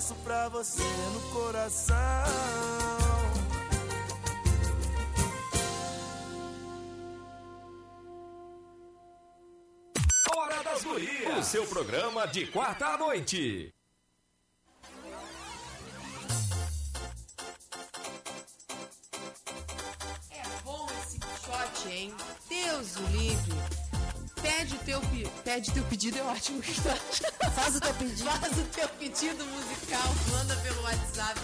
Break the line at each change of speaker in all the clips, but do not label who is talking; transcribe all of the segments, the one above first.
abraço pra você no coração.
Hora das Gurias, o seu programa de quarta à noite.
É bom esse shot, hein? Deus o livre. Pede teu pedido, é ótimo.
Faz o teu pedido.
Faz o teu pedido musical, manda pelo WhatsApp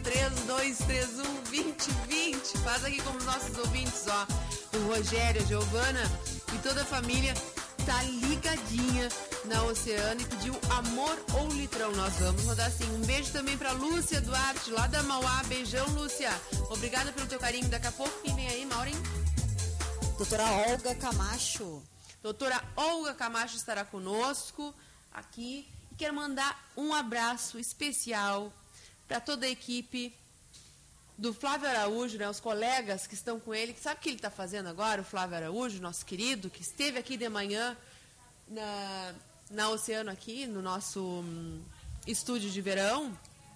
3231-2020. Faz aqui como os nossos ouvintes, ó. O Rogério, a Giovana e toda a família tá ligadinha na Oceano e pediu Amor ou Litrão. Nós vamos mandar assim. Um beijo também pra Lúcia Duarte, lá da Mauá. Beijão, Lúcia. Obrigada pelo teu carinho. Daqui a pouco, quem vem aí, Maureen?
Doutora Olga Camacho.
Doutora Olga Camacho estará conosco aqui e quero mandar um abraço especial para toda a equipe do Flávio Araújo, né, os colegas que estão com ele. Sabe o que ele está fazendo agora, o Flávio Araújo, nosso querido, que esteve aqui de manhã na Oceano aqui, no nosso estúdio de verão.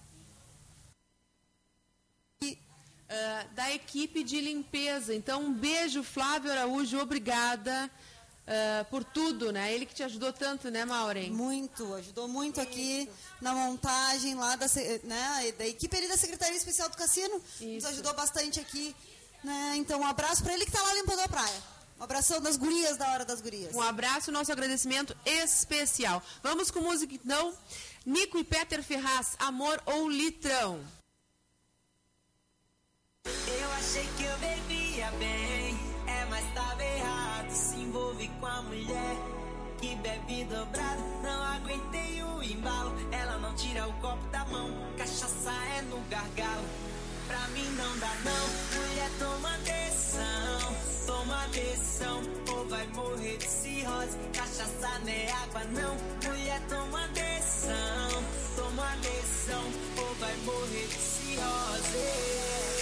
Da equipe de limpeza. Então, um beijo, Flávio Araújo, obrigada por tudo, né? Ele que te ajudou tanto, né, Maureen?
Muito, ajudou muito aqui na montagem lá da equipe ali da Secretaria Especial do Cassino.
Isso.
Nos ajudou bastante aqui, né? Então, um abraço para ele que tá lá limpando a praia. Um abração das gurias, da Hora das Gurias.
Um abraço, nosso agradecimento especial. Vamos com música, então. Nico e Peter Ferraz, Amor ou Litrão?
Eu achei que eu bebia bem, mas tava errado. Se envolve com a mulher que bebe dobrado. Não aguentei o embalo, ela não tira o copo da mão. Cachaça é no gargalo, pra mim não dá não. Mulher, toma decisão, ou vai morrer de cirrose. Cachaça não é água não. Mulher, toma decisão, ou vai morrer de cirrose.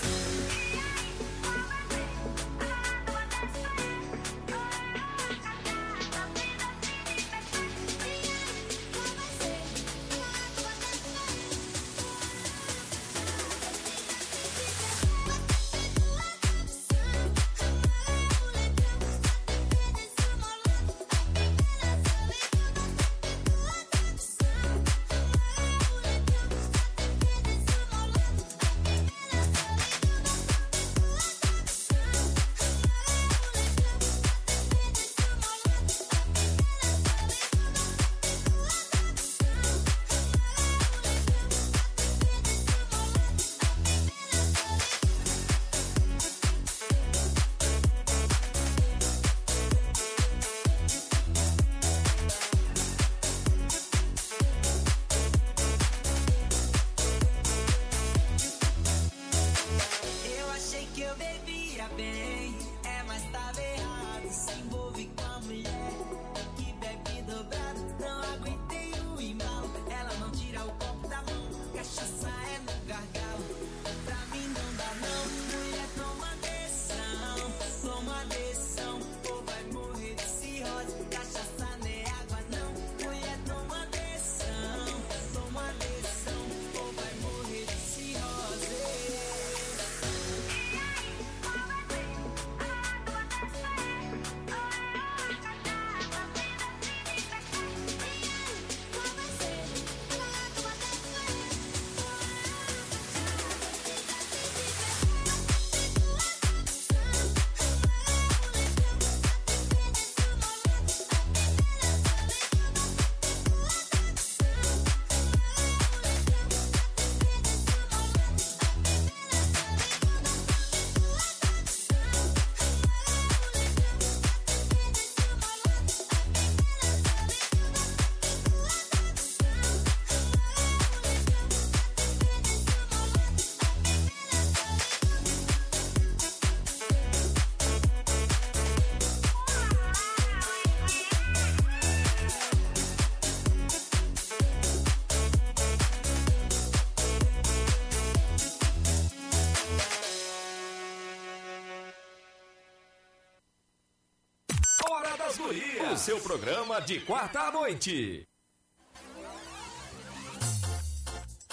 O seu programa de quarta à noite.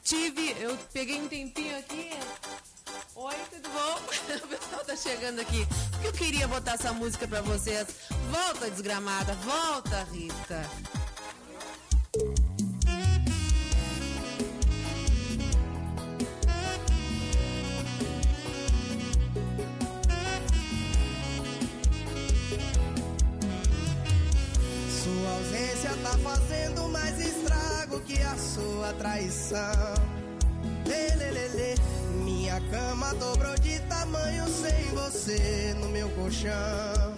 Eu peguei um tempinho aqui. Oi, tudo bom? O pessoal tá chegando aqui. Porque eu queria botar essa música pra vocês. Volta, desgramada. Volta, Rita.
Sua ausência tá fazendo mais estrago que a sua traição. Lelelele, minha cama dobrou de tamanho sem você no meu colchão.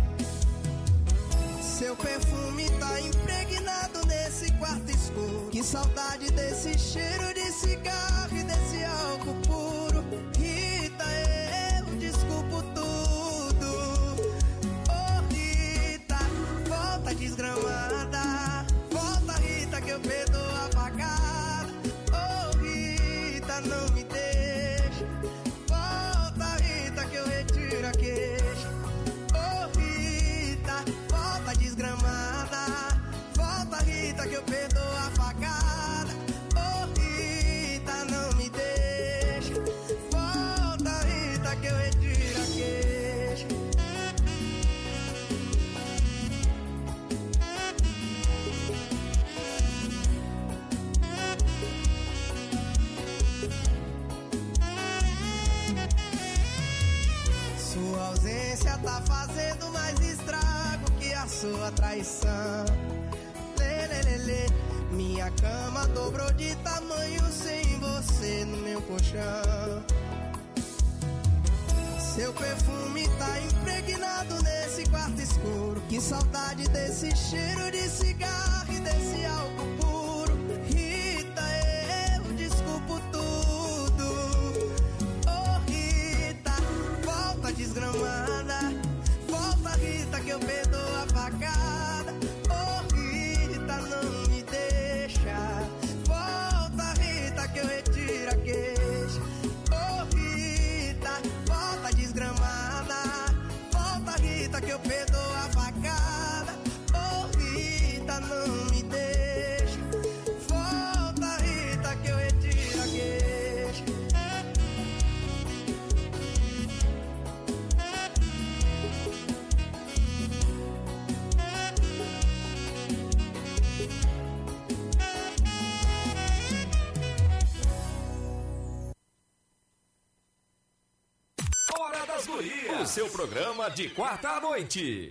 Seu perfume tá impregnado nesse quarto escuro. Que saudade desse cheiro de cigarro e desse álcool puro. Rita, eu desculpo tudo. Oh Rita, volta desgramada. Volta Rita que eu perdoo a pagada. Oh Rita, não me deixa. Volta Rita que eu retiro a queixa. Oh Rita, volta desgramada. Volta Rita que eu perdoo a facada. Oh Rita, não me deixa. Volta Rita que eu retiro a queixa. Sua ausência tá fazendo mais estrago que a sua traição. Lelelele, minha cama dobrou de tamanho sem você no meu colchão. Seu perfume tá impregnado nesse quarto escuro. Que saudade desse cheiro de cigarro e desse álcool puro. Rita, eu desculpo tudo. Oh Rita, volta desgramada. Volta Rita que eu perdoo a facada. Oh Rita, não me deixa. Volta Rita que eu retiro a queixa. Oh Rita, volta desgramada. Volta Rita que eu perdoo a facada. Oh Rita, não me deixa. Volta Rita que eu retiro a queixa.
Hora das Gurias, o seu programa de quarta à noite.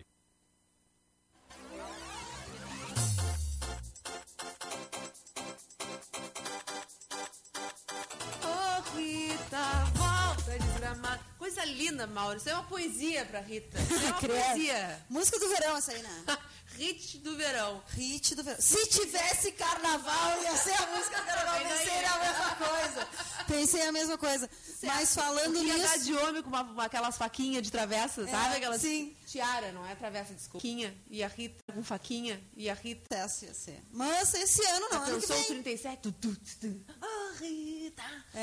Ô, Rita, volta desgramada. Coisa linda, Mauro. Isso é uma poesia pra Rita. Isso é uma poesia.
Música do verão essa aí, né?
Hit do verão.
Hit do verão. Se tivesse carnaval, ia ser a música do carnaval. Pensei a mesma coisa. Pensei a mesma coisa. Mas falando
Ia dar
nisso...
de homem com aquelas faquinhas de travessa, sabe? Aquelas
sim.
tiara, não é travessa, desculpa. Faquinha, e a Rita com faquinha, e a Rita...
Essa ia ser. Mas esse ano não, ano que
Pensou
vem.
37. Oh, Rita.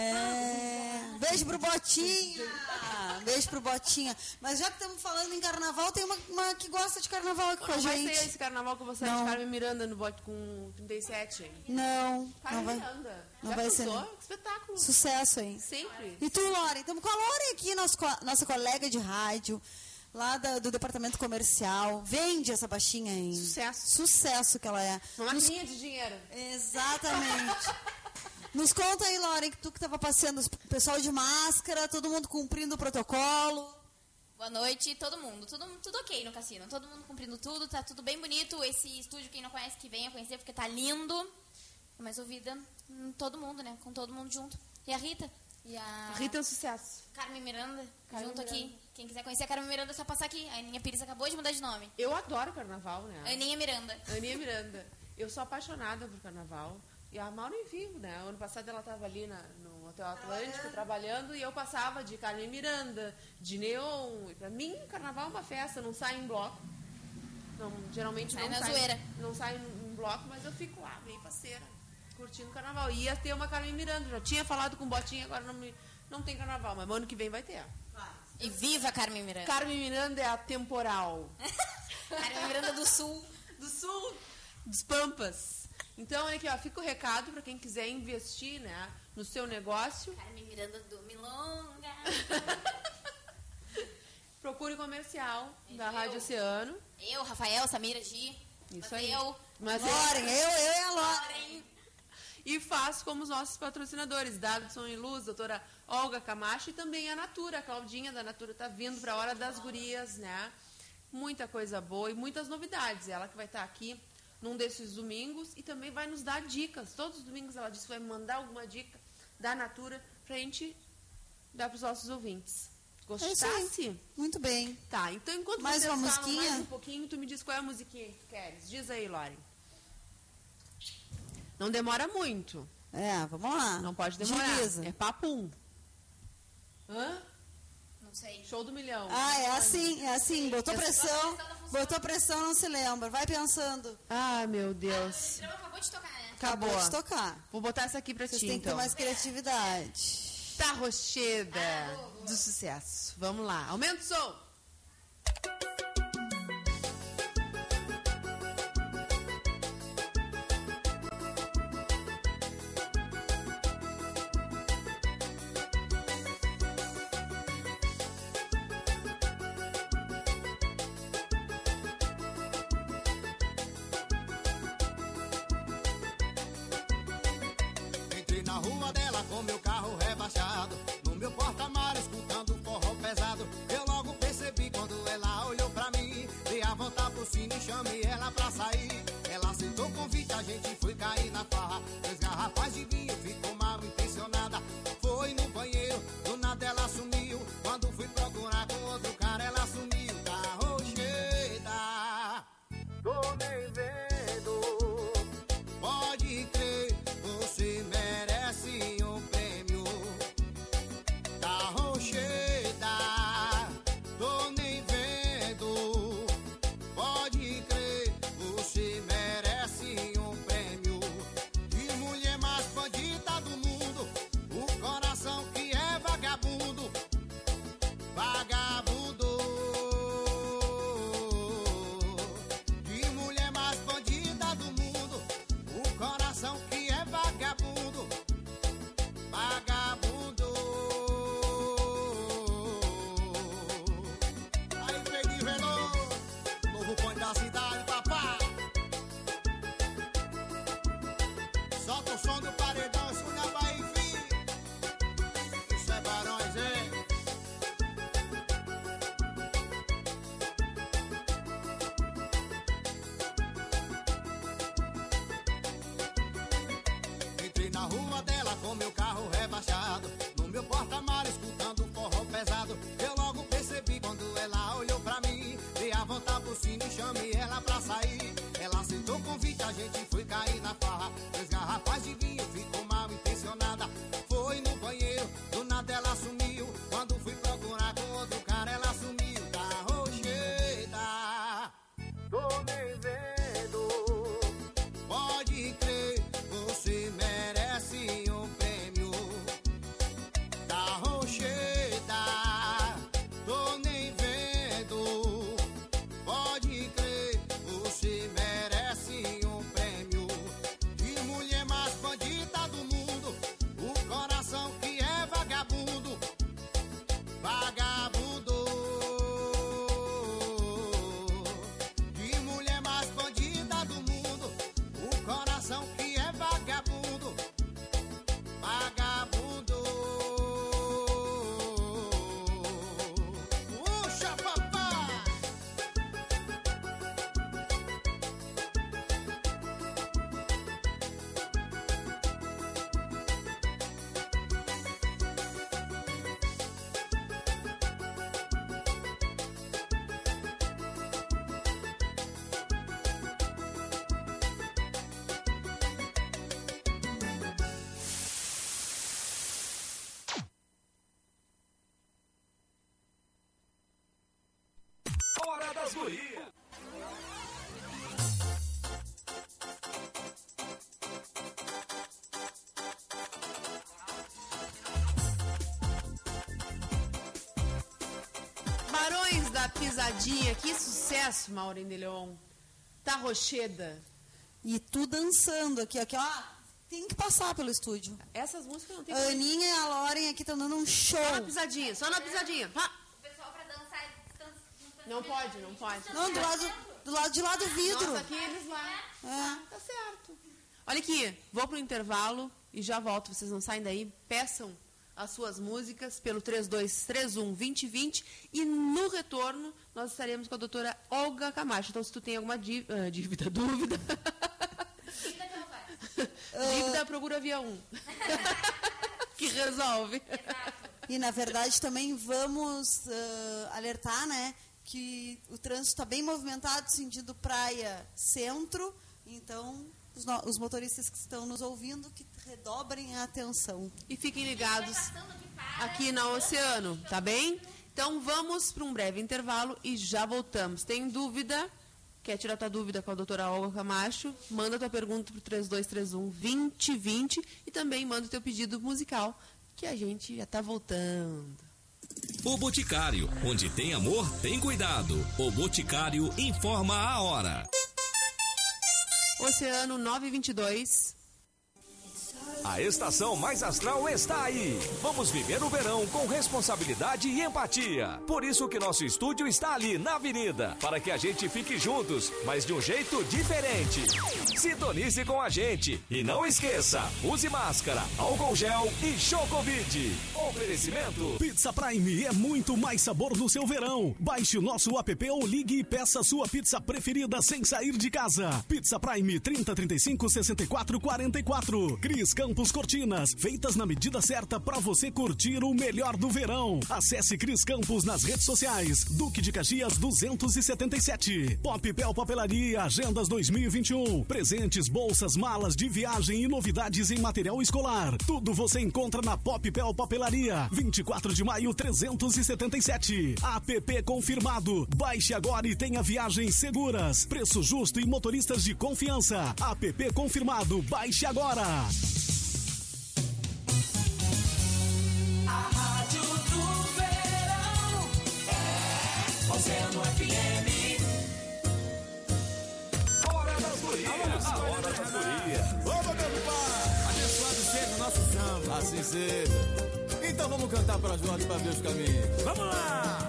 Beijo pro Botinha. Beijo pro Botinha. Mas já que estamos falando em carnaval, tem uma que gosta de carnaval aqui com a
Não vai
gente.
ser esse carnaval que eu vou sair de Carmen Miranda no bote com 37, hein?
Não,
Carmen
não vai.
Miranda.
não
Já
vai ser,
pensou?
não.
Que espetáculo.
Sucesso, hein?
Sempre.
E tu, Lore? Estamos com a Lore aqui, nossa colega de rádio, lá do departamento comercial. Vende essa baixinha, hein?
Sucesso.
Sucesso que ela é.
Uma maquininha de dinheiro.
Exatamente. Nos conta aí, Lore, que tu que estava passeando, o pessoal de máscara, todo mundo cumprindo o protocolo.
Boa noite, todo mundo. Tudo ok no cassino. Todo mundo cumprindo tudo, tá tudo bem bonito. Esse estúdio, quem não conhece, que venha conhecer, porque tá lindo. Mais ouvida, todo mundo, né? Com todo mundo junto. E a Rita? E a
Rita é um sucesso.
Carmen Miranda,
Carmen
junto
Miranda.
aqui. Quem quiser conhecer a Carmen Miranda, é só passar aqui. A Aninha Pires acabou de mudar de nome.
Eu adoro carnaval, né?
Aninha Miranda.
Aninha Miranda. Eu sou apaixonada por carnaval. E a Mauro vivo, né? Ano passado ela estava ali no Hotel Atlântico trabalhando e eu passava de Carmen Miranda, de neon. E pra mim, carnaval é uma festa, não sai em bloco. Não, geralmente
Sai
não
na
sai.
zoeira.
Não sai em bloco, mas eu fico lá, meio parceira, curtindo carnaval. E ia ter uma Carmen Miranda. Já tinha falado com Botinha, agora não tem carnaval, mas ano que vem vai ter.
E viva Carmen Miranda.
Carmen Miranda é a temporal.
Carmen Miranda do Sul.
Do Sul, dos Pampas. Então, olha aqui, ó, fica o recado para quem quiser investir, né, no seu negócio.
Carmen Miranda do Milonga.
Procure comercial da Rádio Oceano.
Eu, Rafael, Samira, Gi.
Isso aí.
Loren, eu e a Loren.
E faço como os nossos patrocinadores, Dadson e Luz, doutora Olga Camacho e também a Natura, a Claudinha da Natura está vindo para a Hora das Gurias, né? Muita coisa boa e muitas novidades. Ela que vai estar aqui num desses domingos e também vai nos dar dicas. Todos os domingos ela disse que vai me mandar alguma dica da Natura pra gente dar pros nossos ouvintes. Gostasse?
Muito bem.
Tá, então enquanto
Mais
vocês
uma
falam
musiquinha?
mais um pouquinho, tu me diz qual é a musiquinha que tu queres. Diz aí, Loren. Não demora muito.
Vamos lá.
Não pode demorar.
Agiliza.
É papum. Hã?
Não sei.
Show do milhão.
É assim. Botou pressão, não se lembra. Vai pensando.
Ah, meu Deus.
O acabou de tocar, né?
Acabou de tocar.
Vou botar essa aqui pra
Vocês
ti,
têm que ter
então.
mais criatividade.
Tá Rocheda do sucesso. Vamos lá. Aumenta o som.
Entrei na rua dela com meu carro rebaixado, no meu porta-malas escutando forró pesado. Eu logo percebi quando ela olhou pra mim, dei a volta por cima e chamei ela pra sair. Ela aceitou o convite, a gente foi cair na farra. 2 garrafas de vinho, ficou mal intencionada. Foi no banheiro, do nada ela sumiu. Quando fui procurar com outro cara, ela sumiu. Tá rocheda, tô nem vendo. Pode crer, você merece um prêmio. Tá rocheda, tô nem vendo. Pode crer, você merece um prêmio. De mulher mais bandida do mundo, o coração que é vagabundo. Vagabundo. De mulher mais bandida do mundo, o coração que é vagabundo. Vagabundo. Aí, Pedro Renault, novo ponto da cidade, papá. Solta o som do paredão, isso na Bahia, filho. Isso é Barões, hein? Entrei na rua dela com meu carro rebaixado, no meu porta-malas escutando forró pesado. Eu logo percebi quando ela olhou pra mim, dei a volta por cima e chamei ela pra sair. Ela aceitou o convite, a gente foi cair na farra. 2 garrafas de vinho, ficou mal intencionada. Foi no banheiro, do nada ela sumiu. Quando fui procurar com outro cara, ela sumiu. Tá rocheda, tô nem vendo. Pode crer, você merece um prêmio. Tá rocheda, tô nem vendo. Pode crer, você merece um prêmio. De mulher mais bandida do mundo, o coração que é vagabundo. Vagabundo. De mulher mais bandida do mundo, o coração que é vagabundo. Vagabundo. Puxa, papá.
Hora das Gurias.
Barões da Pisadinha, que sucesso, Maureen de Leon. Tá Rocheda.
E tu dançando aqui, ó. Tem que passar pelo estúdio.
Essas músicas não tem
A Aninha e a Loren aqui estão dando um show.
Só na pisadinha.
O pessoal pra dançar...
Não pode.
Não, do lado de lá do vidro.
Nossa, aqui eles lá. Tá certo. Olha aqui, vou pro intervalo e já volto. Vocês não saem daí. Peçam as suas músicas pelo 3231-2020 e no retorno nós estaremos com a doutora Olga Camacho. Então, se tu tem alguma dúvida... Dívida, procura via 1. Que resolve.
E, na verdade, também vamos alertar, né, que o trânsito está bem movimentado, sentido praia-centro. Então, os motoristas que estão nos ouvindo, que redobrem a atenção.
E fiquem ligados aqui na Oceano, tá bem? Então, vamos para um breve intervalo e já voltamos. Tem dúvida? Quer tirar tua dúvida com a doutora Olga Camacho? Manda tua pergunta para o 3231-2020 e também manda o teu pedido musical, que a gente já está voltando.
O Boticário, onde tem amor, tem cuidado. O Boticário informa a hora.
Oceano 922.
A estação mais astral está aí. Vamos viver o verão com responsabilidade e empatia. Por isso que nosso estúdio está ali na avenida, para que a gente fique juntos, mas de um jeito diferente. Sintonize com a gente e não esqueça, use máscara, álcool gel e Chocovid. Oferecimento
Pizza Prime é muito mais sabor no seu verão. Baixe o nosso app ou ligue e peça a sua pizza preferida sem sair de casa. Pizza Prime 3035-6444. Cris Campos Cortinas, feitas na medida certa para você curtir o melhor do verão. Acesse Cris Campos nas redes sociais. Duque de Caxias 277. Popipel Papelaria Agendas 2021. Presentes, bolsas, malas de viagem e novidades em material escolar. Tudo você encontra na Popipel Papelaria. 24 de maio 377. App confirmado. Baixe agora e tenha viagens seguras. Preço justo e motoristas de confiança. App confirmado. Baixe agora.
Oceano FM. Hora das gurias. A hora das gurias.
Vamos, meu pai. Abençoado seja o nosso samba. Assim seja. Então vamos cantar para Jorge para ver os caminhos. Vamos lá.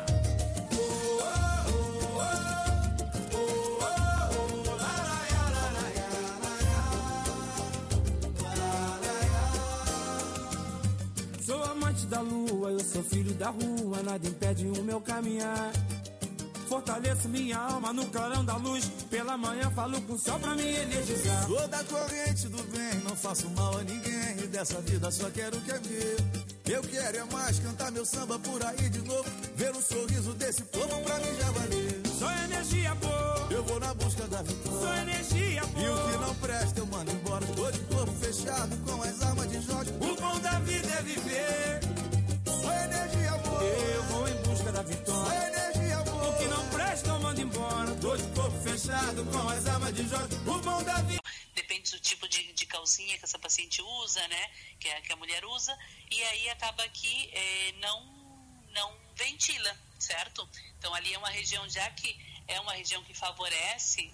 Sou amante da lua, eu sou filho da rua, nada impede o meu caminhar. Fortaleço minha alma no clarão da luz, pela manhã falo com o céu pra me energizar.
Sou da corrente do bem, não faço mal a ninguém, e dessa vida só quero o que é meu. Eu quero é mais cantar meu samba por aí de novo, ver o sorriso desse povo pra mim já valeu.
Sou energia boa,
eu vou na busca da vitória.
Sou energia boa,
e o que não presta eu mando embora. Tô de corpo fechado com as armas de Jorge.
O bom da vida é viver.
Sou energia boa,
eu vou em busca da vitória.
Sou energia boa,
o que não presta eu mando embora. Tô de corpo fechado com as armas de Jorge. O bom da vida.
Depende do tipo de calcinha que essa paciente usa, né? Que a mulher usa. E aí acaba que não ventila, certo? Então ali é uma região, já que é uma região que favorece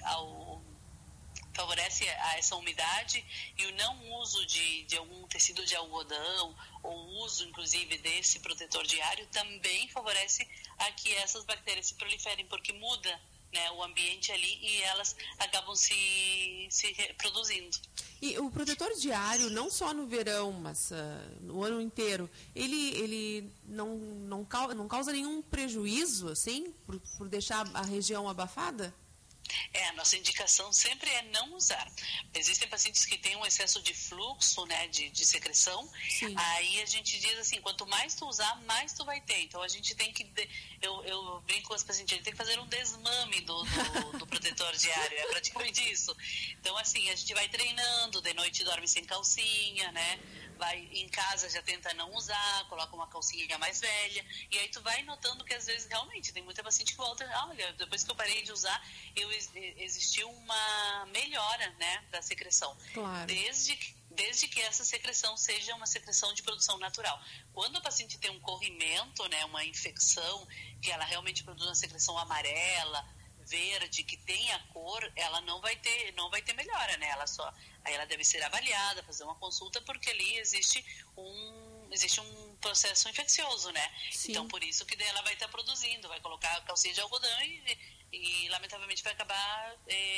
a essa umidade, e o não uso de algum tecido de algodão, ou o uso inclusive desse protetor diário, também favorece a que essas bactérias se proliferem, porque muda, né, o ambiente ali e elas acabam se reproduzindo.
E o protetor diário, não só no verão, mas no ano inteiro, ele não causa nenhum prejuízo, assim, por deixar a região abafada?
A nossa indicação sempre é não usar. Existem pacientes que têm um excesso de fluxo, né, de secreção. Sim. Aí a gente diz assim, quanto mais tu usar, mais tu vai ter. Então a gente tem que, eu brinco com as pacientes, a gente tem que fazer um desmame do protetor diário, é praticamente isso. Então assim, a gente vai treinando, de noite dorme sem calcinha, né? Vai em casa, já tenta não usar, coloca uma calcinha mais velha, e aí tu vai notando que às vezes realmente tem muita paciente que volta, olha, depois que eu parei de usar, existiu uma melhora, né, da secreção.
Claro.
Desde que essa secreção seja uma secreção de produção natural. Quando a paciente tem um corrimento, né, uma infecção, que ela realmente produz uma secreção amarela, verde, que tem a cor, ela não vai ter melhora, né? Aí ela deve ser avaliada, fazer uma consulta, porque ali existe um processo infeccioso, né?
Sim.
Então, por isso que daí ela vai estar produzindo, vai colocar calcinha de algodão e lamentavelmente vai acabar,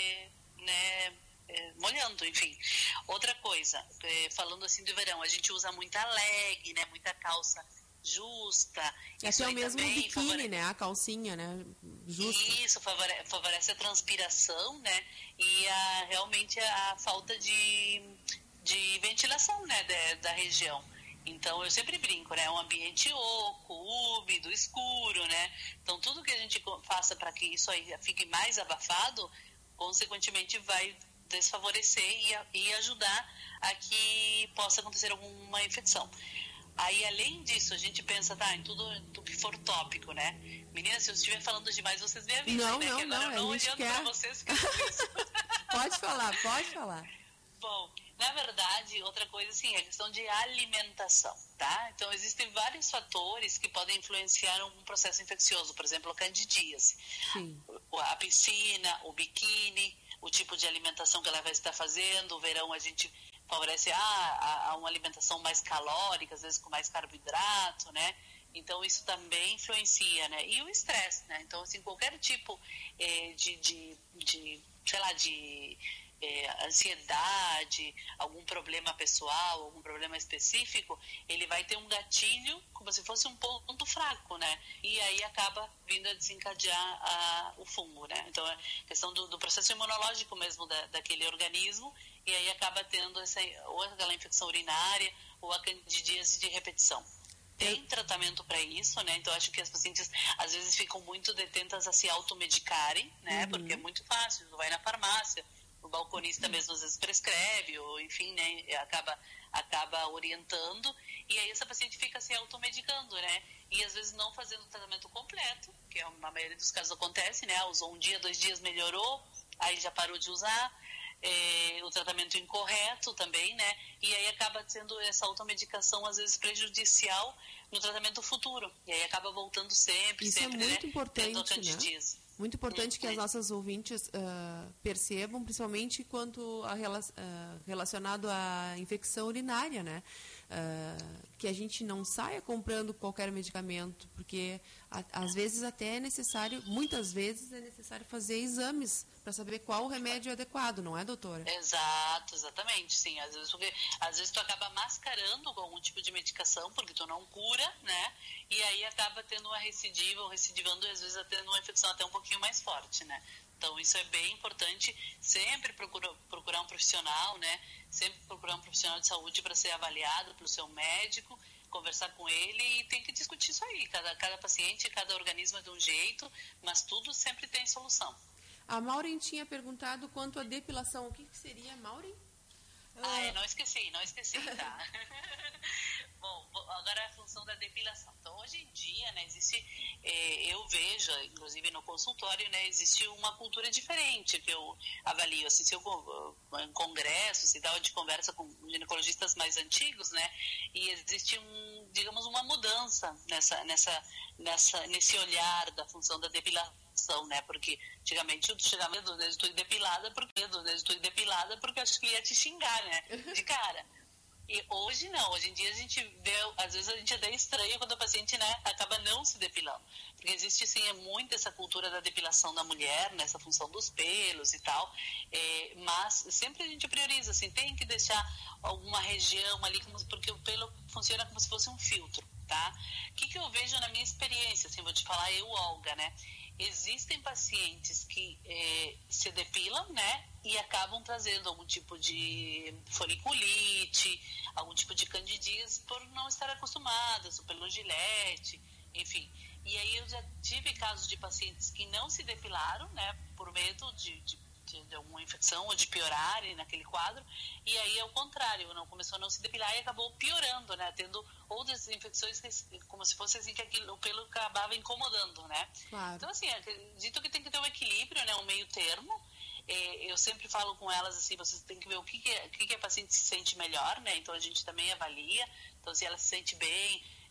molhando, enfim. Outra coisa, falando assim do verão, a gente usa muita leg, né? Muita calça justa.
Esse é o mesmo biquíni, né? A calcinha, né? Justa.
Isso, favorece a transpiração, né? E realmente a falta de ventilação, né? Da região. Então, eu sempre brinco, né? É um ambiente oco, úmido, escuro, né? Então, tudo que a gente faça para que isso aí fique mais abafado, consequentemente vai desfavorecer e ajudar a que possa acontecer alguma infecção. Aí, além disso, a gente pensa, em tudo que for tópico, né? Meninas, se eu estiver falando demais, vocês me avisam,
não,
né?
Não,
que agora eu não olhando
quer.
pra vocês que eu isso.
Pode falar.
Bom, na verdade, outra coisa, assim, é a questão de alimentação, tá? Então, existem vários fatores que podem influenciar um processo infeccioso, por exemplo, a candidíase.
Sim.
A piscina, o biquíni, o tipo de alimentação que ela vai estar fazendo. O verão a gente favorece a uma alimentação mais calórica, às vezes com mais carboidrato, né? Então, isso também influencia, né? E o estresse, né? Então, assim, qualquer tipo de ansiedade, algum problema pessoal, algum problema específico, ele vai ter um gatilho como se fosse um ponto fraco, né? E aí acaba vindo a desencadear o fungo, né? Então, é questão do processo imunológico mesmo daquele organismo, e aí acaba tendo ou aquela infecção urinária ou a candidíase de repetição. Tem tratamento para isso, né? Então, acho que as pacientes às vezes ficam muito detentas a se automedicarem, né? Porque é muito fácil, vai na farmácia, o balconista mesmo às vezes prescreve, ou enfim, né, acaba orientando, e aí essa paciente fica se automedicando, né, e às vezes não fazendo o tratamento completo, que a maioria dos casos acontece, né, usou 1 dia, 2 dias, melhorou, aí já parou de usar, o tratamento incorreto também, né, e aí acaba sendo essa automedicação às vezes prejudicial no tratamento futuro, e aí acaba voltando sempre,
Isso
sempre,
é muito
né,
importante,
tendo a candidíase.
né? Muito importante que as nossas ouvintes percebam, principalmente quanto relacionado à infecção urinária, né? Que a gente não saia comprando qualquer medicamento, porque às vezes até é necessário, muitas vezes é necessário fazer exames para saber qual o remédio adequado, não é, doutora?
Exato, exatamente, sim. Às vezes tu acaba mascarando com algum tipo de medicação, porque tu não cura, né? E aí acaba tendo uma recidiva, ou recidivando, e às vezes tendo uma infecção até um pouquinho mais forte, né? Então, isso é bem importante, sempre procurar um profissional, né? Sempre procurar um profissional de saúde para ser avaliado pelo seu médico, conversar com ele, e tem que discutir isso aí. Cada paciente, cada organismo é de um jeito, mas tudo sempre tem solução.
A Maureen tinha perguntado quanto à depilação. O que seria, Maureen?
Não esqueci, tá? Bom, agora a função da depilação. Então, hoje em dia, né, existe, eu vejo, inclusive no consultório, né, existe uma cultura diferente que eu avalio, assim, se eu em congressos e tal, de conversa com ginecologistas mais antigos, né, e existe digamos, uma mudança nesse olhar da função da depilação, né, porque antigamente eu tinha medo de tu ir depilada porque acho que ia te xingar, né, de cara. E hoje não, hoje em dia a gente vê, às vezes a gente até estranha quando o paciente, né, acaba não se depilando, porque existe sim muito essa cultura da depilação da mulher, nessa função dos pelos e tal, mas sempre a gente prioriza, assim, tem que deixar alguma região ali, porque o pelo funciona como se fosse um filtro, tá? O que eu vejo na minha experiência, assim, vou te falar, Olga, né? Existem pacientes que se depilam, né, e acabam trazendo algum tipo de foliculite, algum tipo de candidíase por não estar acostumadas, ou pelo gilete, enfim. E aí eu já tive casos de pacientes que não se depilaram, né, por medo de alguma infecção ou de piorarem naquele quadro, e aí ao contrário, começou a não se depilar e acabou piorando, né, tendo outras infecções como se fosse assim, que o pelo acabava incomodando, né.
Claro.
Então, assim, acredito que tem que ter um equilíbrio, né, um meio termo. Eu sempre falo com elas assim, vocês têm que ver o que a paciente se sente melhor, né, então a gente também avalia, então se ela se sente bem,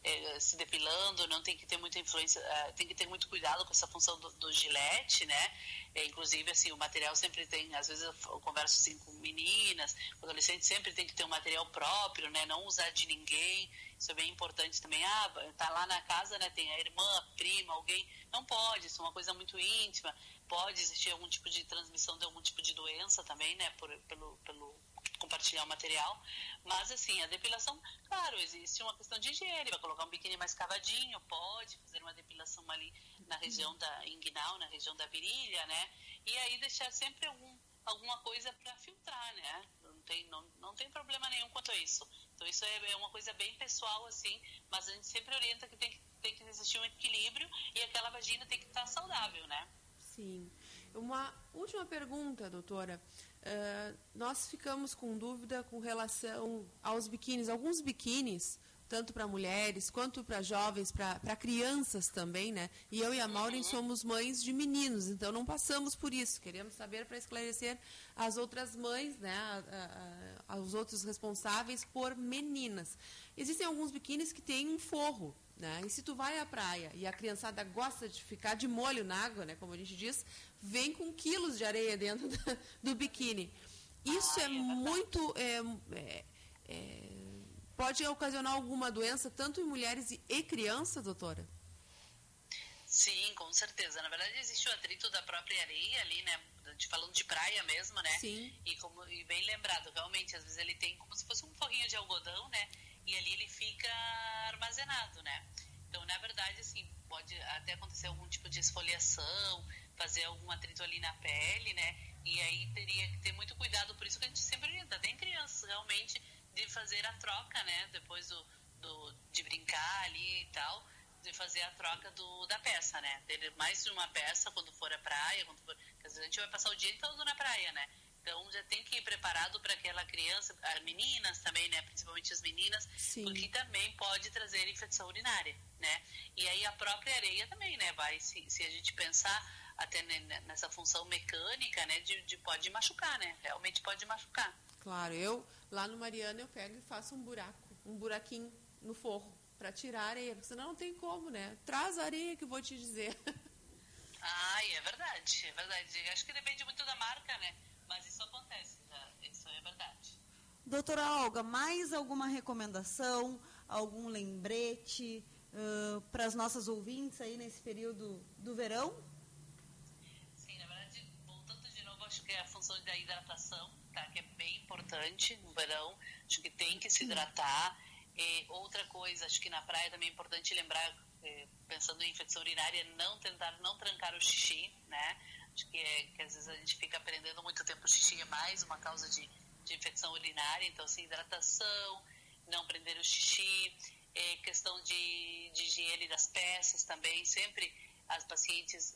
se depilando, não tem que ter muita influência, tem que ter muito cuidado com essa função do gilete, né? Inclusive, assim, o material sempre tem, às vezes eu converso assim com meninas, adolescentes, sempre tem que ter um material próprio, né? Não usar de ninguém, isso é bem importante também. Tá lá na casa, né? Tem a irmã, a prima, alguém, não pode, isso é uma coisa muito íntima, pode existir algum tipo de transmissão de algum tipo de doença também, né? Pelo compartilhar o material, mas assim, a depilação, claro, existe uma questão de higiene, vai colocar um biquíni mais cavadinho, pode fazer uma depilação ali na região da inguinal, na região da virilha, né, e aí deixar sempre alguma coisa para filtrar, né, não tem problema nenhum quanto a isso. Então isso é uma coisa bem pessoal, assim, mas a gente sempre orienta que tem que existir um equilíbrio e aquela vagina tem que estar saudável, né.
Sim. Uma última pergunta, doutora. Nós ficamos com dúvida com relação aos biquínis. Alguns biquínis, tanto para mulheres quanto para jovens, para crianças também, né? E eu e a Maureen somos mães de meninos, então não passamos por isso. Queremos saber para esclarecer as outras mães, né? Aos outros responsáveis por meninas. Existem alguns biquínis que têm um forro, né? E se tu vai à praia e a criançada gosta de ficar de molho na água, né? Como a gente diz, vem com quilos de areia dentro do biquíni. Isso é muito... pode ocasionar alguma doença, tanto em mulheres e crianças, doutora?
Sim, com certeza. Na verdade, existe o atrito da própria areia ali, né? Falando de praia mesmo, né? Sim. E bem lembrado, realmente, às vezes ele tem como se fosse um forrinho de algodão, né? E ali ele fica armazenado, né? Então, na verdade, assim, pode até acontecer algum tipo de esfoliação, fazer algum atrito ali na pele, né? E aí teria que ter muito cuidado, por isso que a gente sempre orienta, tem crianças realmente, de fazer a troca, né? Depois de brincar ali e tal, de fazer a troca da peça, né? Ter mais de uma peça quando for à praia, porque às vezes a gente vai passar o dia todo na praia, né? Então já tem que ir preparado para aquela criança, as meninas também, né? Principalmente as meninas, sim, porque também pode trazer infecção urinária, né? E aí a própria areia também, né? Se a gente pensar até nessa função mecânica, né? Pode machucar, né? Realmente pode machucar.
Claro, lá no Mariana eu pego e faço um buraquinho no forro para tirar a areia, porque senão não tem como, né? Traz a areia que eu vou te dizer.
É verdade, é verdade. Acho que depende muito da marca, né? Mas isso acontece, isso é verdade.
Doutora Olga, mais alguma recomendação, algum lembrete para as nossas ouvintes aí nesse período do verão?
Sim, na verdade, voltando de novo, acho que é a função da hidratação, tá? Que é bem importante no verão, acho que tem que se hidratar. Outra coisa, acho que na praia também é importante lembrar, pensando em infecção urinária, não trancar o xixi, né? Acho que às vezes a gente fica prendendo muito tempo o xixi, é mais uma causa de infecção urinária, então assim, hidratação, não prender o xixi, questão de higiene das peças também, sempre as pacientes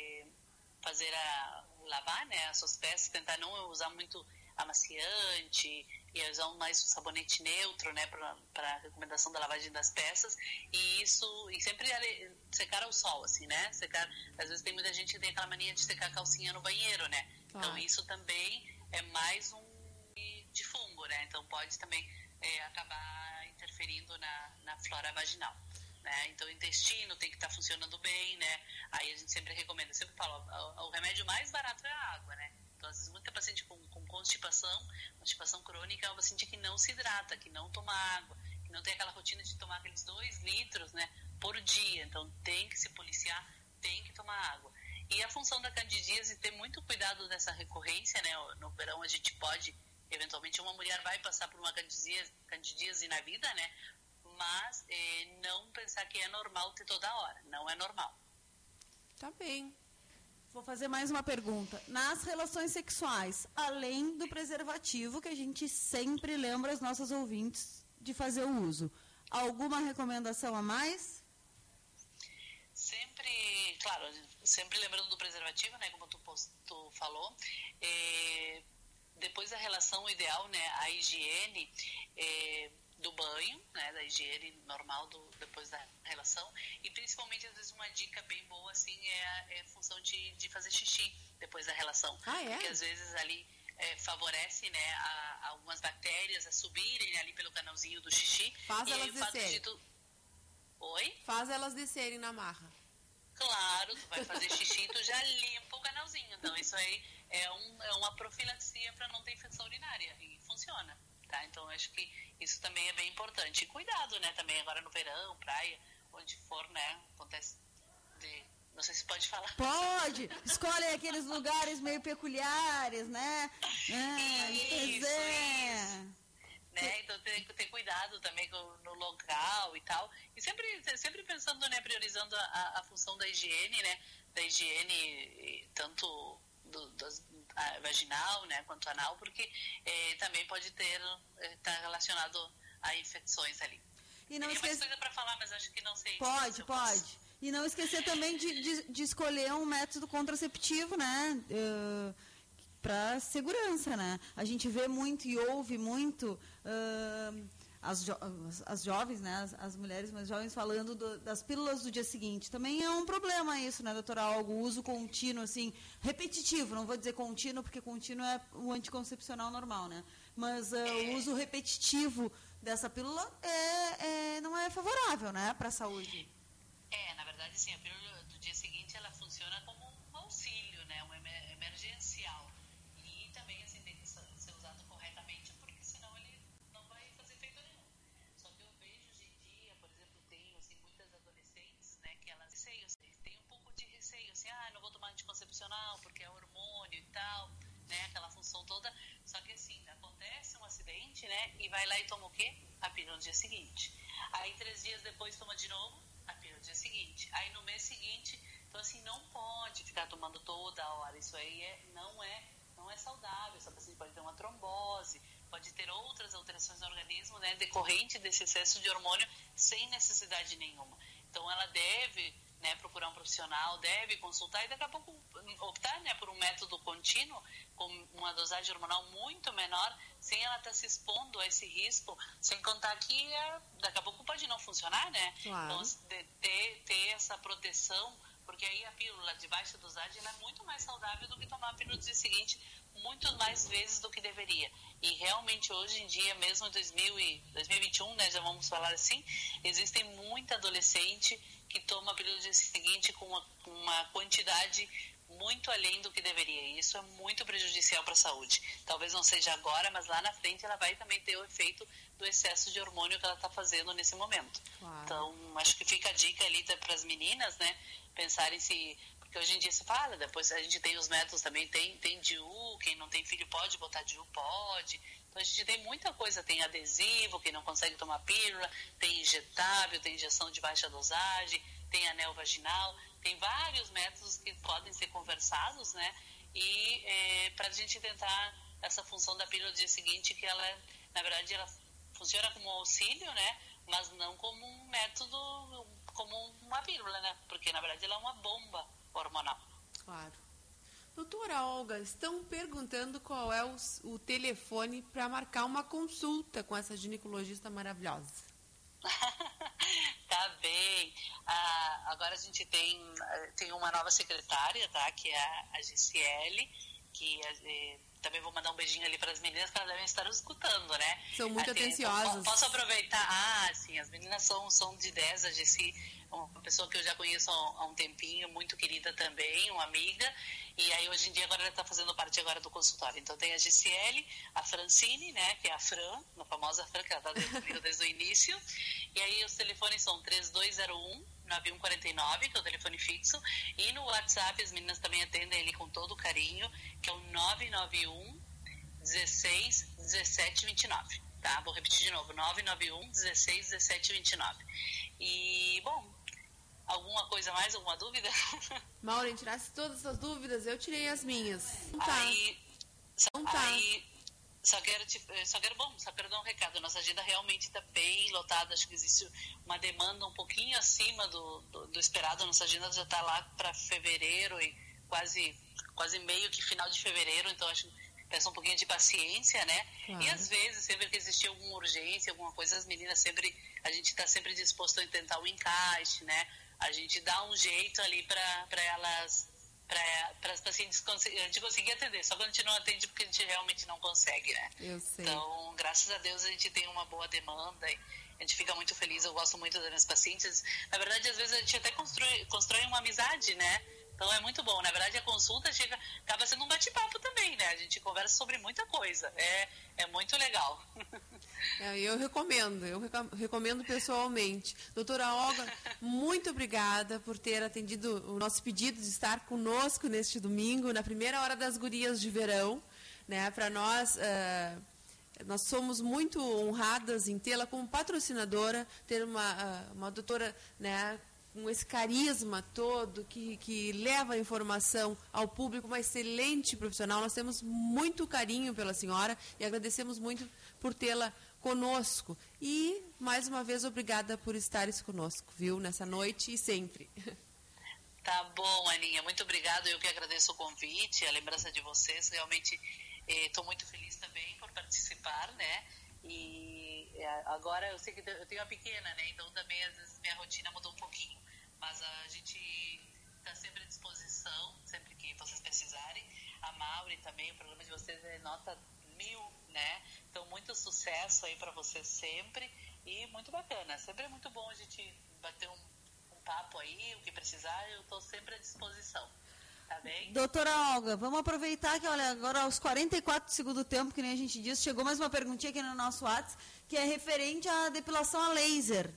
lavar, né, as suas peças, tentar não usar muito amaciante e usar mais um sabonete neutro, né, para a recomendação da lavagem das peças, e sempre secar ao sol, assim, né, às vezes tem muita gente que tem aquela mania de secar a calcinha no banheiro, né, então isso também é mais um de fungo, né, então pode também acabar interferindo na flora vaginal, né, então o intestino tem que estar funcionando bem, né, aí a gente sempre recomenda, sempre fala, o remédio mais barato é a água, né. Então, às vezes, muita paciente com constipação crônica é uma paciente que não se hidrata, que não toma água, que não tem aquela rotina de tomar aqueles 2 litros, né, por dia. Então, tem que se policiar, tem que tomar água. E a função da candidíase, ter muito cuidado nessa recorrência, né, no verão a gente pode, eventualmente, uma mulher vai passar por uma candidíase na vida, né, mas não pensar que é normal ter toda hora, não é normal.
Tá bem.
Vou fazer mais uma pergunta. Nas relações sexuais, além do preservativo, que a gente sempre lembra as nossas ouvintes de fazer o uso, alguma recomendação a mais?
Sempre lembrando do preservativo, né, como tu falou. Depois da relação ideal, né, a higiene do banho, né, da higiene normal depois da relação, e principalmente às vezes uma dica bem boa assim é a função de fazer xixi depois da relação, porque às vezes ali favorece, né, algumas bactérias a subirem ali pelo canalzinho do xixi,
faz elas descerem.
Oi?
Faz elas descerem na marra.
Claro, tu vai fazer xixi, tu já limpa o canalzinho. Então, isso aí é uma profilaxia para não ter infecção urinária. E funciona, tá? Então, acho que isso também é bem importante. E cuidado, né? Também agora no verão, praia, onde for, né? Acontece não sei se pode falar.
Pode! Escolhem aqueles lugares meio peculiares, né?
Isso. Né? Então ter cuidado também no local e tal. E sempre pensando, né, priorizando a função da higiene, né? Da higiene tanto a vaginal, né, quanto anal, porque também pode estar relacionado a infecções ali.
E não
Tem mais coisa para falar, mas acho que não sei.
Pode. E não esquecer também de escolher um método contraceptivo, né? Para segurança, né? A gente vê muito e ouve muito as jovens, né? As mulheres mais jovens falando das pílulas do dia seguinte. Também é um problema isso, né, doutora Olga? O uso contínuo, assim, repetitivo. Não vou dizer contínuo, porque contínuo é o anticoncepcional normal, né? Mas o uso repetitivo dessa pílula não é favorável, né, para a saúde.
Na verdade, sim, a pílula do dia seguinte, ela funciona como um auxílio, né, um emergencial. E também, assim, tem que ser usado corretamente, porque senão ele não vai fazer efeito nenhum. Só que eu vejo hoje em dia, por exemplo, tenho, assim, muitas adolescentes, né, que elas têm um pouco de receio, assim, não vou tomar anticoncepcional porque é hormônio e tal, né, aquela função toda. Só que, assim, acontece um acidente, né, e vai lá e toma o quê? A pílula no dia seguinte. Aí, 3 dias depois, toma de novo a pílula no dia seguinte. Aí, no mês seguinte, então, assim, não pode ficar tomando toda hora. Isso aí não é saudável. Essa paciente pode ter uma trombose, pode ter outras alterações no organismo, né, decorrente desse excesso de hormônio sem necessidade nenhuma. Então, ela deve, né, procurar um profissional, deve consultar e daqui a pouco optar, né, por um método contínuo com uma dosagem hormonal muito menor, sem ela estar se expondo a esse risco, sem contar que daqui a pouco pode não funcionar, né?
Claro.
Então, ter essa proteção, porque aí a pílula de baixa dosagem ela é muito mais saudável do que tomar a pílula do dia seguinte, muito mais vezes do que deveria. E realmente hoje em dia, mesmo em 2021, né, já vamos falar assim, existem muita adolescente que toma a pílula do dia seguinte com uma quantidade muito além do que deveria. E isso é muito prejudicial para a saúde. Talvez não seja agora, mas lá na frente ela vai também ter o efeito do excesso de hormônio que ela está fazendo nesse momento.
Claro.
Então, acho que fica a dica ali para as meninas, né, pensarem se... Porque hoje em dia se fala, depois a gente tem os métodos também, tem DIU, quem não tem filho pode botar DIU, pode. Então a gente tem muita coisa, tem adesivo, quem não consegue tomar pílula, tem injetável, tem injeção de baixa dosagem, tem anel vaginal, tem vários métodos que podem ser conversados, né? E para a gente tentar essa função da pílula do dia seguinte, que ela, na verdade, ela funciona como um auxílio, né? Mas não como um método, como uma pílula, né? Porque, na verdade, ela é uma bomba hormonal.
Claro. Doutora Olga, estão perguntando qual é o telefone para marcar uma consulta com essa ginecologista maravilhosa.
Tá bem. Agora a gente tem uma nova secretária, tá? Que é a Gisele, que também vou mandar um beijinho ali para as meninas, que elas devem estar escutando, né?
São muito atenciosas.
Posso aproveitar? Sim, as meninas são de 10, a Gisele, uma pessoa que eu já conheço há um tempinho, muito querida também, uma amiga, e aí hoje em dia agora ela está fazendo parte agora do consultório. Então tem a Gisele, a Francine, né, que é a Fran, a famosa Fran, que ela está comigo desde o início, e aí os telefones são 3201-9149, que é o telefone fixo, e no WhatsApp as meninas também atendem ele com todo carinho, que é o 991 16 17 29, tá? Vou repetir de novo, 991 16 17 29. E, bom, alguma coisa mais, alguma dúvida?
Maureen, tirasse todas as dúvidas, eu tirei as minhas.
Só quero dar um recado. Nossa agenda realmente está bem lotada. Acho que existe uma demanda um pouquinho acima do esperado. Nossa agenda já está lá para fevereiro e quase meio que final de fevereiro. Então, acho que peço um pouquinho de paciência, né? Claro. E às vezes, sempre que existir alguma urgência, alguma coisa, as meninas a gente está sempre disposto a tentar o encaixe, né? A gente dá um jeito ali para as pacientes a gente conseguir atender, só que a gente não atende porque a gente realmente não consegue, né?
Eu sei.
Então, graças a Deus, a gente tem uma boa demanda a gente fica muito feliz, eu gosto muito das minhas pacientes. Na verdade, às vezes a gente até constrói uma amizade, né? Então é muito bom. Na verdade, a consulta acaba sendo um bate-papo também, né? A gente conversa sobre muita coisa. É muito legal.
Eu recomendo pessoalmente. Doutora Olga, muito obrigada por ter atendido o nosso pedido de estar conosco neste domingo, na primeira hora das gurias de verão, né? Para nós somos muito honradas em tê-la como patrocinadora, ter uma doutora, né, com esse carisma todo, que leva a informação ao público, uma excelente profissional. Nós temos muito carinho pela senhora e agradecemos muito por tê-la conosco. E, mais uma vez, obrigada por estares conosco, viu, nessa noite e sempre.
Tá bom, Aninha, muito obrigada. Eu que agradeço o convite, a lembrança de vocês. Realmente estou muito feliz também por participar, né? E agora eu sei que eu tenho uma pequena, né? Então também às vezes minha rotina mudou um pouquinho. Mas a gente está sempre à disposição, sempre que vocês precisarem. A Mauri também, o programa de vocês é nota 1000, né? Então muito sucesso aí para vocês sempre e muito bacana. Sempre é muito bom a gente bater um papo aí, o que precisar, eu estou sempre à disposição. Tá bem?
Doutora Olga, vamos aproveitar que, olha, agora aos 44 do segundo tempo, que nem a gente disse, chegou mais uma perguntinha aqui no nosso WhatsApp, que é referente à depilação a laser.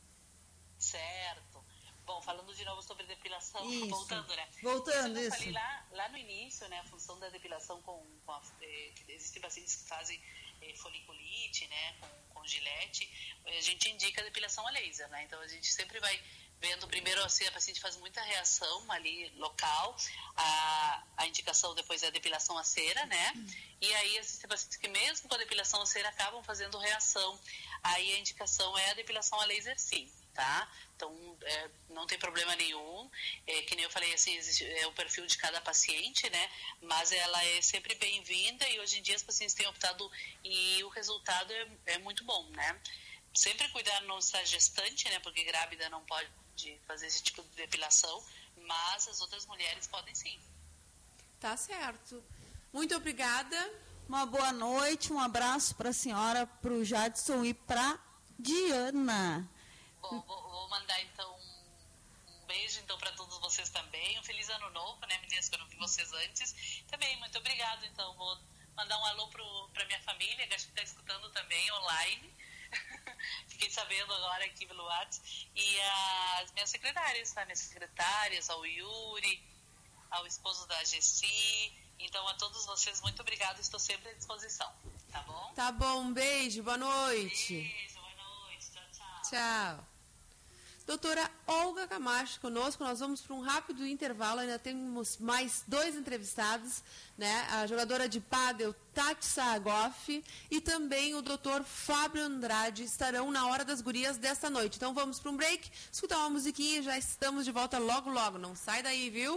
Certo. Bom, falando de novo sobre depilação,
isso.
Voltando, né?
Voltando,
eu
isso.
falei lá no início, né, a função da depilação existem pacientes que fazem foliculite, né, com gilete, a gente indica a depilação a laser, né? Então a gente sempre vai vendo primeiro, assim, a paciente faz muita reação ali local, a indicação depois é a depilação a cera, né? E aí existem pacientes que mesmo com a depilação a cera acabam fazendo reação, aí a indicação é a depilação a laser, sim, tá? Então não tem problema nenhum, que nem eu falei, assim, é o perfil de cada paciente, né? Mas ela é sempre bem-vinda e hoje em dia as pacientes têm optado e o resultado é muito bom, né? Sempre cuidar não estar gestante, né? Porque grávida não pode fazer esse tipo de depilação, mas as outras mulheres podem sim.
Tá certo. Muito obrigada.
Uma boa noite, um abraço para a senhora, para o Jadson e para Diana.
Bom, vou mandar então um beijo então para todos vocês também. Um feliz ano novo, né, meninas, que eu não vi vocês antes. Também, muito obrigado. Então, vou mandar um alô para minha família, que acho que está escutando também online. Fiquei sabendo agora aqui pelo WhatsApp. E as minhas secretárias, tá? Minhas secretárias, ao Yuri, ao esposo da Gessi. Então, a todos vocês, muito obrigada. Estou sempre à disposição. Tá bom?
Tá bom, um beijo, boa noite.
Beijo, boa noite. Tchau, tchau.
Tchau. Doutora Olga Camacho conosco, nós vamos para um rápido intervalo, ainda temos mais 2 entrevistados, né? A jogadora de pádel Tati Saagoff e também o doutor Fábio Andrade estarão na Hora das Gurias desta noite. Então vamos para um break, escutar uma musiquinha e já estamos de volta logo, logo. Não sai daí, viu?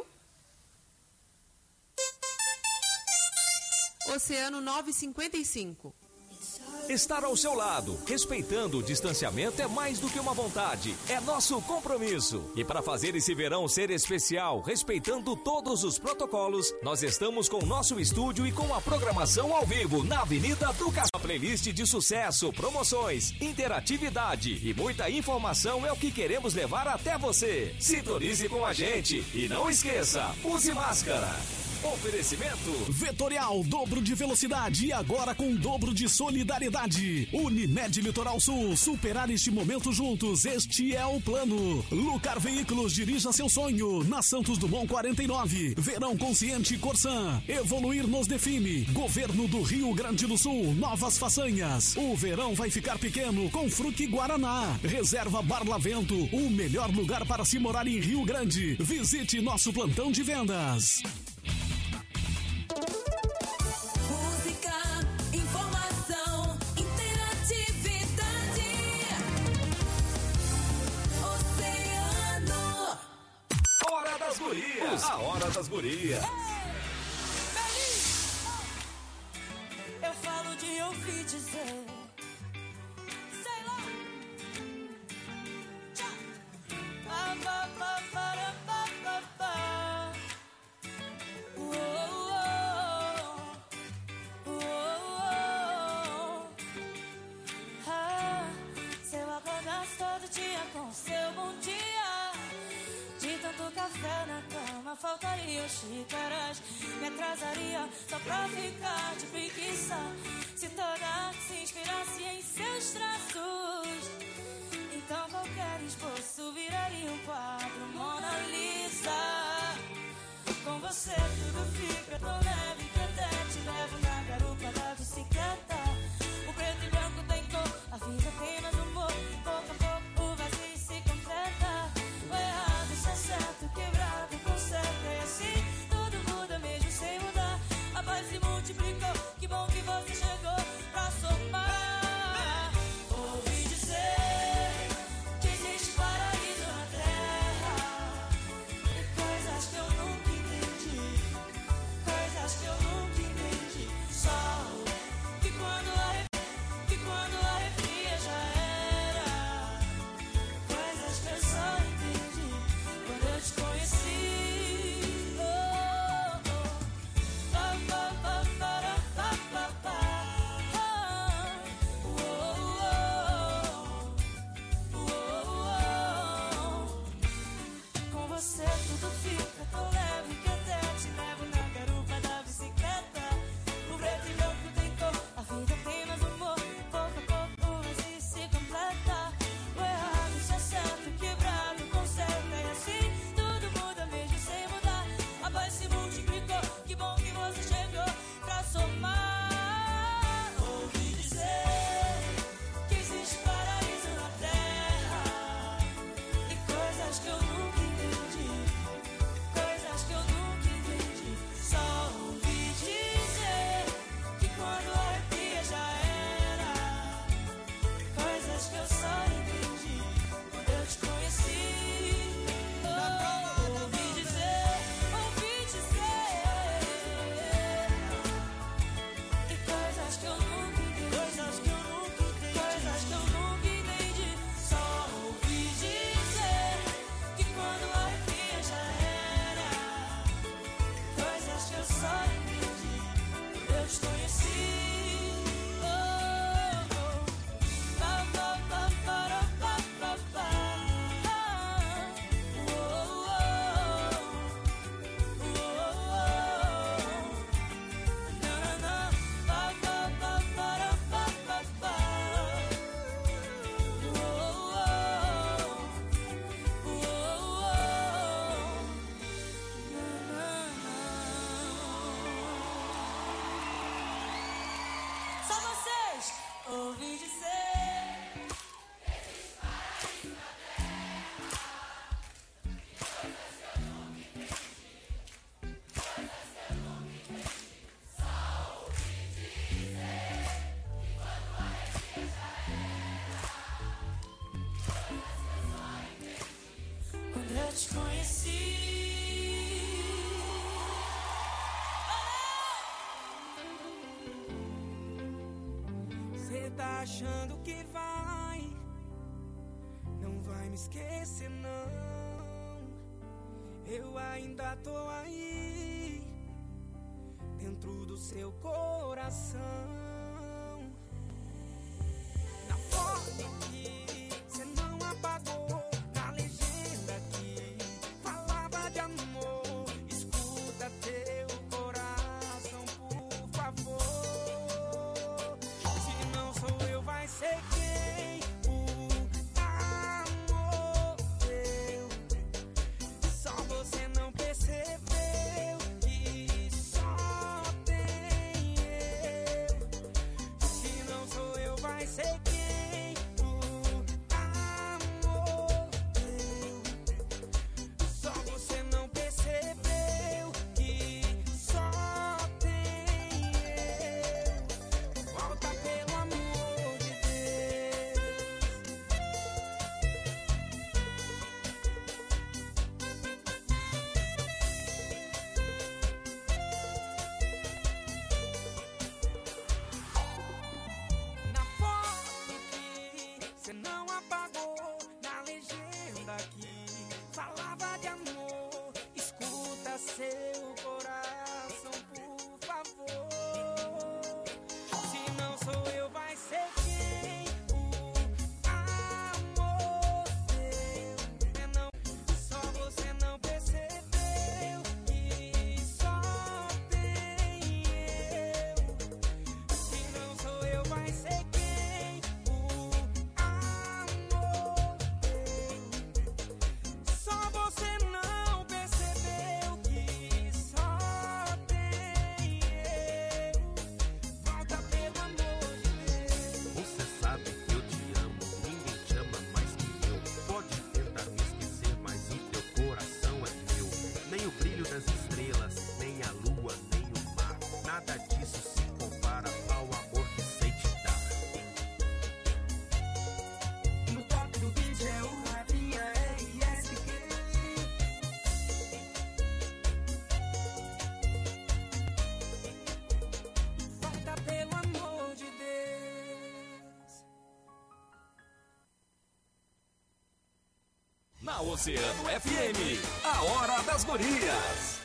Oceano 955.
Estar ao seu lado, respeitando o distanciamento é mais do que uma vontade, é nosso compromisso. E para fazer esse verão ser especial, respeitando todos os protocolos, nós estamos com o nosso estúdio e com a programação ao vivo na Avenida do Café. Uma playlist de sucesso, promoções, interatividade e muita informação é o que queremos levar até você. Sintonize com a gente e não esqueça, use máscara. Oferecimento
Vetorial, dobro de velocidade e agora com dobro de solidariedade. Unimed Litoral Sul, superar este momento juntos, este é o plano. Lucar Veículos, dirija seu sonho, na Santos Dumont 49. Verão Consciente Corsan, evoluir nos define. Governo do Rio Grande do Sul, novas façanhas. O verão vai ficar pequeno com Fruque Guaraná. Reserva Barlavento, o melhor lugar para se morar em Rio Grande. Visite nosso plantão de vendas.
A Hora das Gurias.
Eu falo de ouvir dizer, sei lá.
xícaras. Me atrasaria só pra ficar de preguiça. Se toda arte se inspirasse em seus traços, então qualquer esboço viraria um quadro Mona Lisa. Com você tudo fica tão leve que até te levo na garupa da bicicleta. O preto e branco tem cor, a vida tem mais humor. Pouco a pouco o vazio se completa. O errado está certo, quebrado conserta. E assim tudo muda mesmo sem mudar. A paz se multiplicou, que bom que você chegou pra somar. Ouvi dizer que existe paraíso na terra, e coisas que eu nunca entendi, coisas que eu nunca entendi. Só que quando arrepia já era, coisas que eu só entendi quando eu te conheci. Com você tudo fica tão leve que até te levo na garupa da bicicleta. O preto e branco tem cor, a vida tem mais humor. Pouco a pouco o vazio se completa. O errado está certo, quebrado conserta. E assim tudo muda mesmo sem mudar. A paz se multiplicou, que bom que você chegou pra somar. Ouvi dizer que existe paraíso na terra, e coisas que eu nunca entendi, coisas que eu nunca entendi. Só ouvi dizer que quando arrepia já era, coisas que eu só entendi quando eu te conheci. Ouvi dizer que coisas que eu nunca entendi, coisas que eu nunca entendi. Só ouvi dizer que quando arrepia já era, coisas que eu só entendi quando eu te conheci. Só vocês ouvi dizer. Quando eu te conheci.
Cê tá achando que não vai me esquecer não. Eu ainda tô aí, dentro do seu coração. Na foto que cê não apagou, na legenda que falava de amor. Escuta teu coração, por favor. Se não sou eu, vai ser quem? O amor teu. Só você não percebeu que só tem eu. Se não sou eu, vai ser quem? O amor teu. Só você não percebeu que só tem eu. Volta pelo amor de Deus. Na foto
Na Oceano FM, a Hora das Gurias.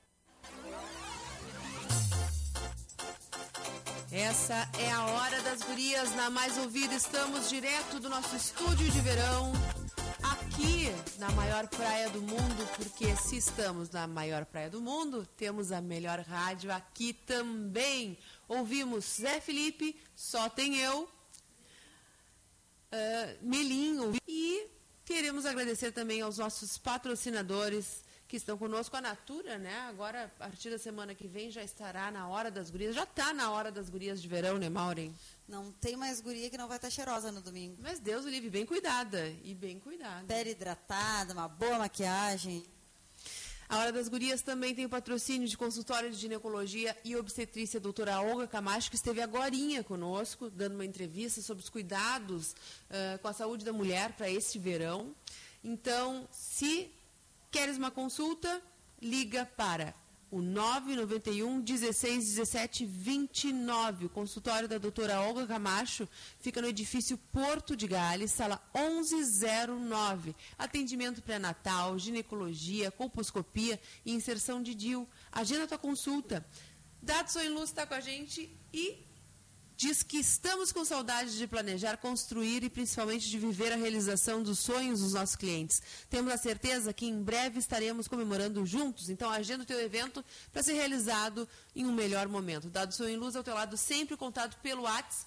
Essa é a Hora das Gurias, na mais ouvida. Estamos direto do nosso estúdio de verão, aqui na maior praia do mundo, porque se estamos na maior praia do mundo, temos a melhor rádio aqui também. Ouvimos Zé Felipe, Só Tem Eu, Melinho, e queremos agradecer também aos nossos patrocinadores que estão conosco, a Natura, né? Agora, a partir da semana que vem, já estará na Hora das Gurias. Já está na Hora das Gurias de verão, né, Maureen?
Não tem mais guria que não vai estar cheirosa no domingo.
Mas Deus o livre, bem cuidada. E bem cuidada.
Pele hidratada, uma boa maquiagem.
A Hora das Gurias também tem o patrocínio de consultório de ginecologia e obstetrícia, a doutora Olga Camacho, que esteve agorinha conosco, dando uma entrevista sobre os cuidados com a saúde da mulher para este verão. Então, se queres uma consulta, liga para o 991 16 17 29. O consultório da doutora Olga Camacho fica no edifício Porto de Gales, sala 1109. Atendimento pré-natal, ginecologia, colposcopia e inserção de DIU. Agenda tua consulta. Dadson em Luz está com a gente e diz que estamos com saudade de planejar, construir e principalmente de viver a realização dos sonhos dos nossos clientes. Temos a certeza que em breve estaremos comemorando juntos, então agenda o teu evento para ser realizado em um melhor momento. Dado Sonho em Luz ao teu lado, sempre contato pelo WhatsApp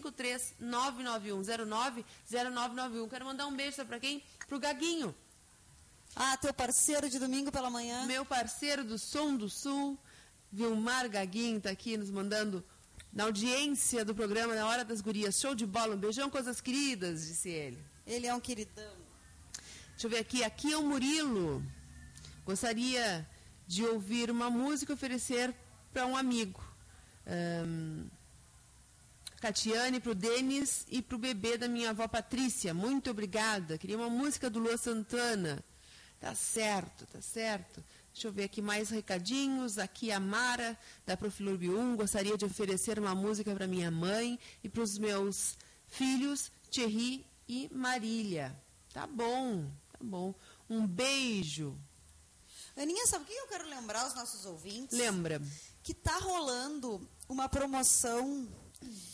53991090991. Quero mandar um beijo, sabe para quem? Pro Gaguinho.
Ah, teu parceiro de domingo pela manhã.
Meu parceiro do Som do Sul, Vilmar Gaguinho, está aqui nos mandando na audiência do programa Na Hora das Gurias. Show de bola, um beijão, coisas queridas, disse ele.
Ele é um queridão.
Deixa eu ver aqui. Aqui é o Murilo. Gostaria de ouvir uma música e oferecer para um amigo. Catiane, para o Denis e para o bebê da minha avó Patrícia. Muito obrigada. Queria uma música do Lua Santana. Tá certo, tá certo. Deixa eu ver aqui mais recadinhos. Aqui a Mara, da Profilurb 1. Gostaria de oferecer uma música para minha mãe e para os meus filhos, Thierry e Marília. Tá bom, tá bom. Um beijo.
Aninha, sabe o que eu quero lembrar aos nossos ouvintes?
Lembra.
Que tá rolando uma promoção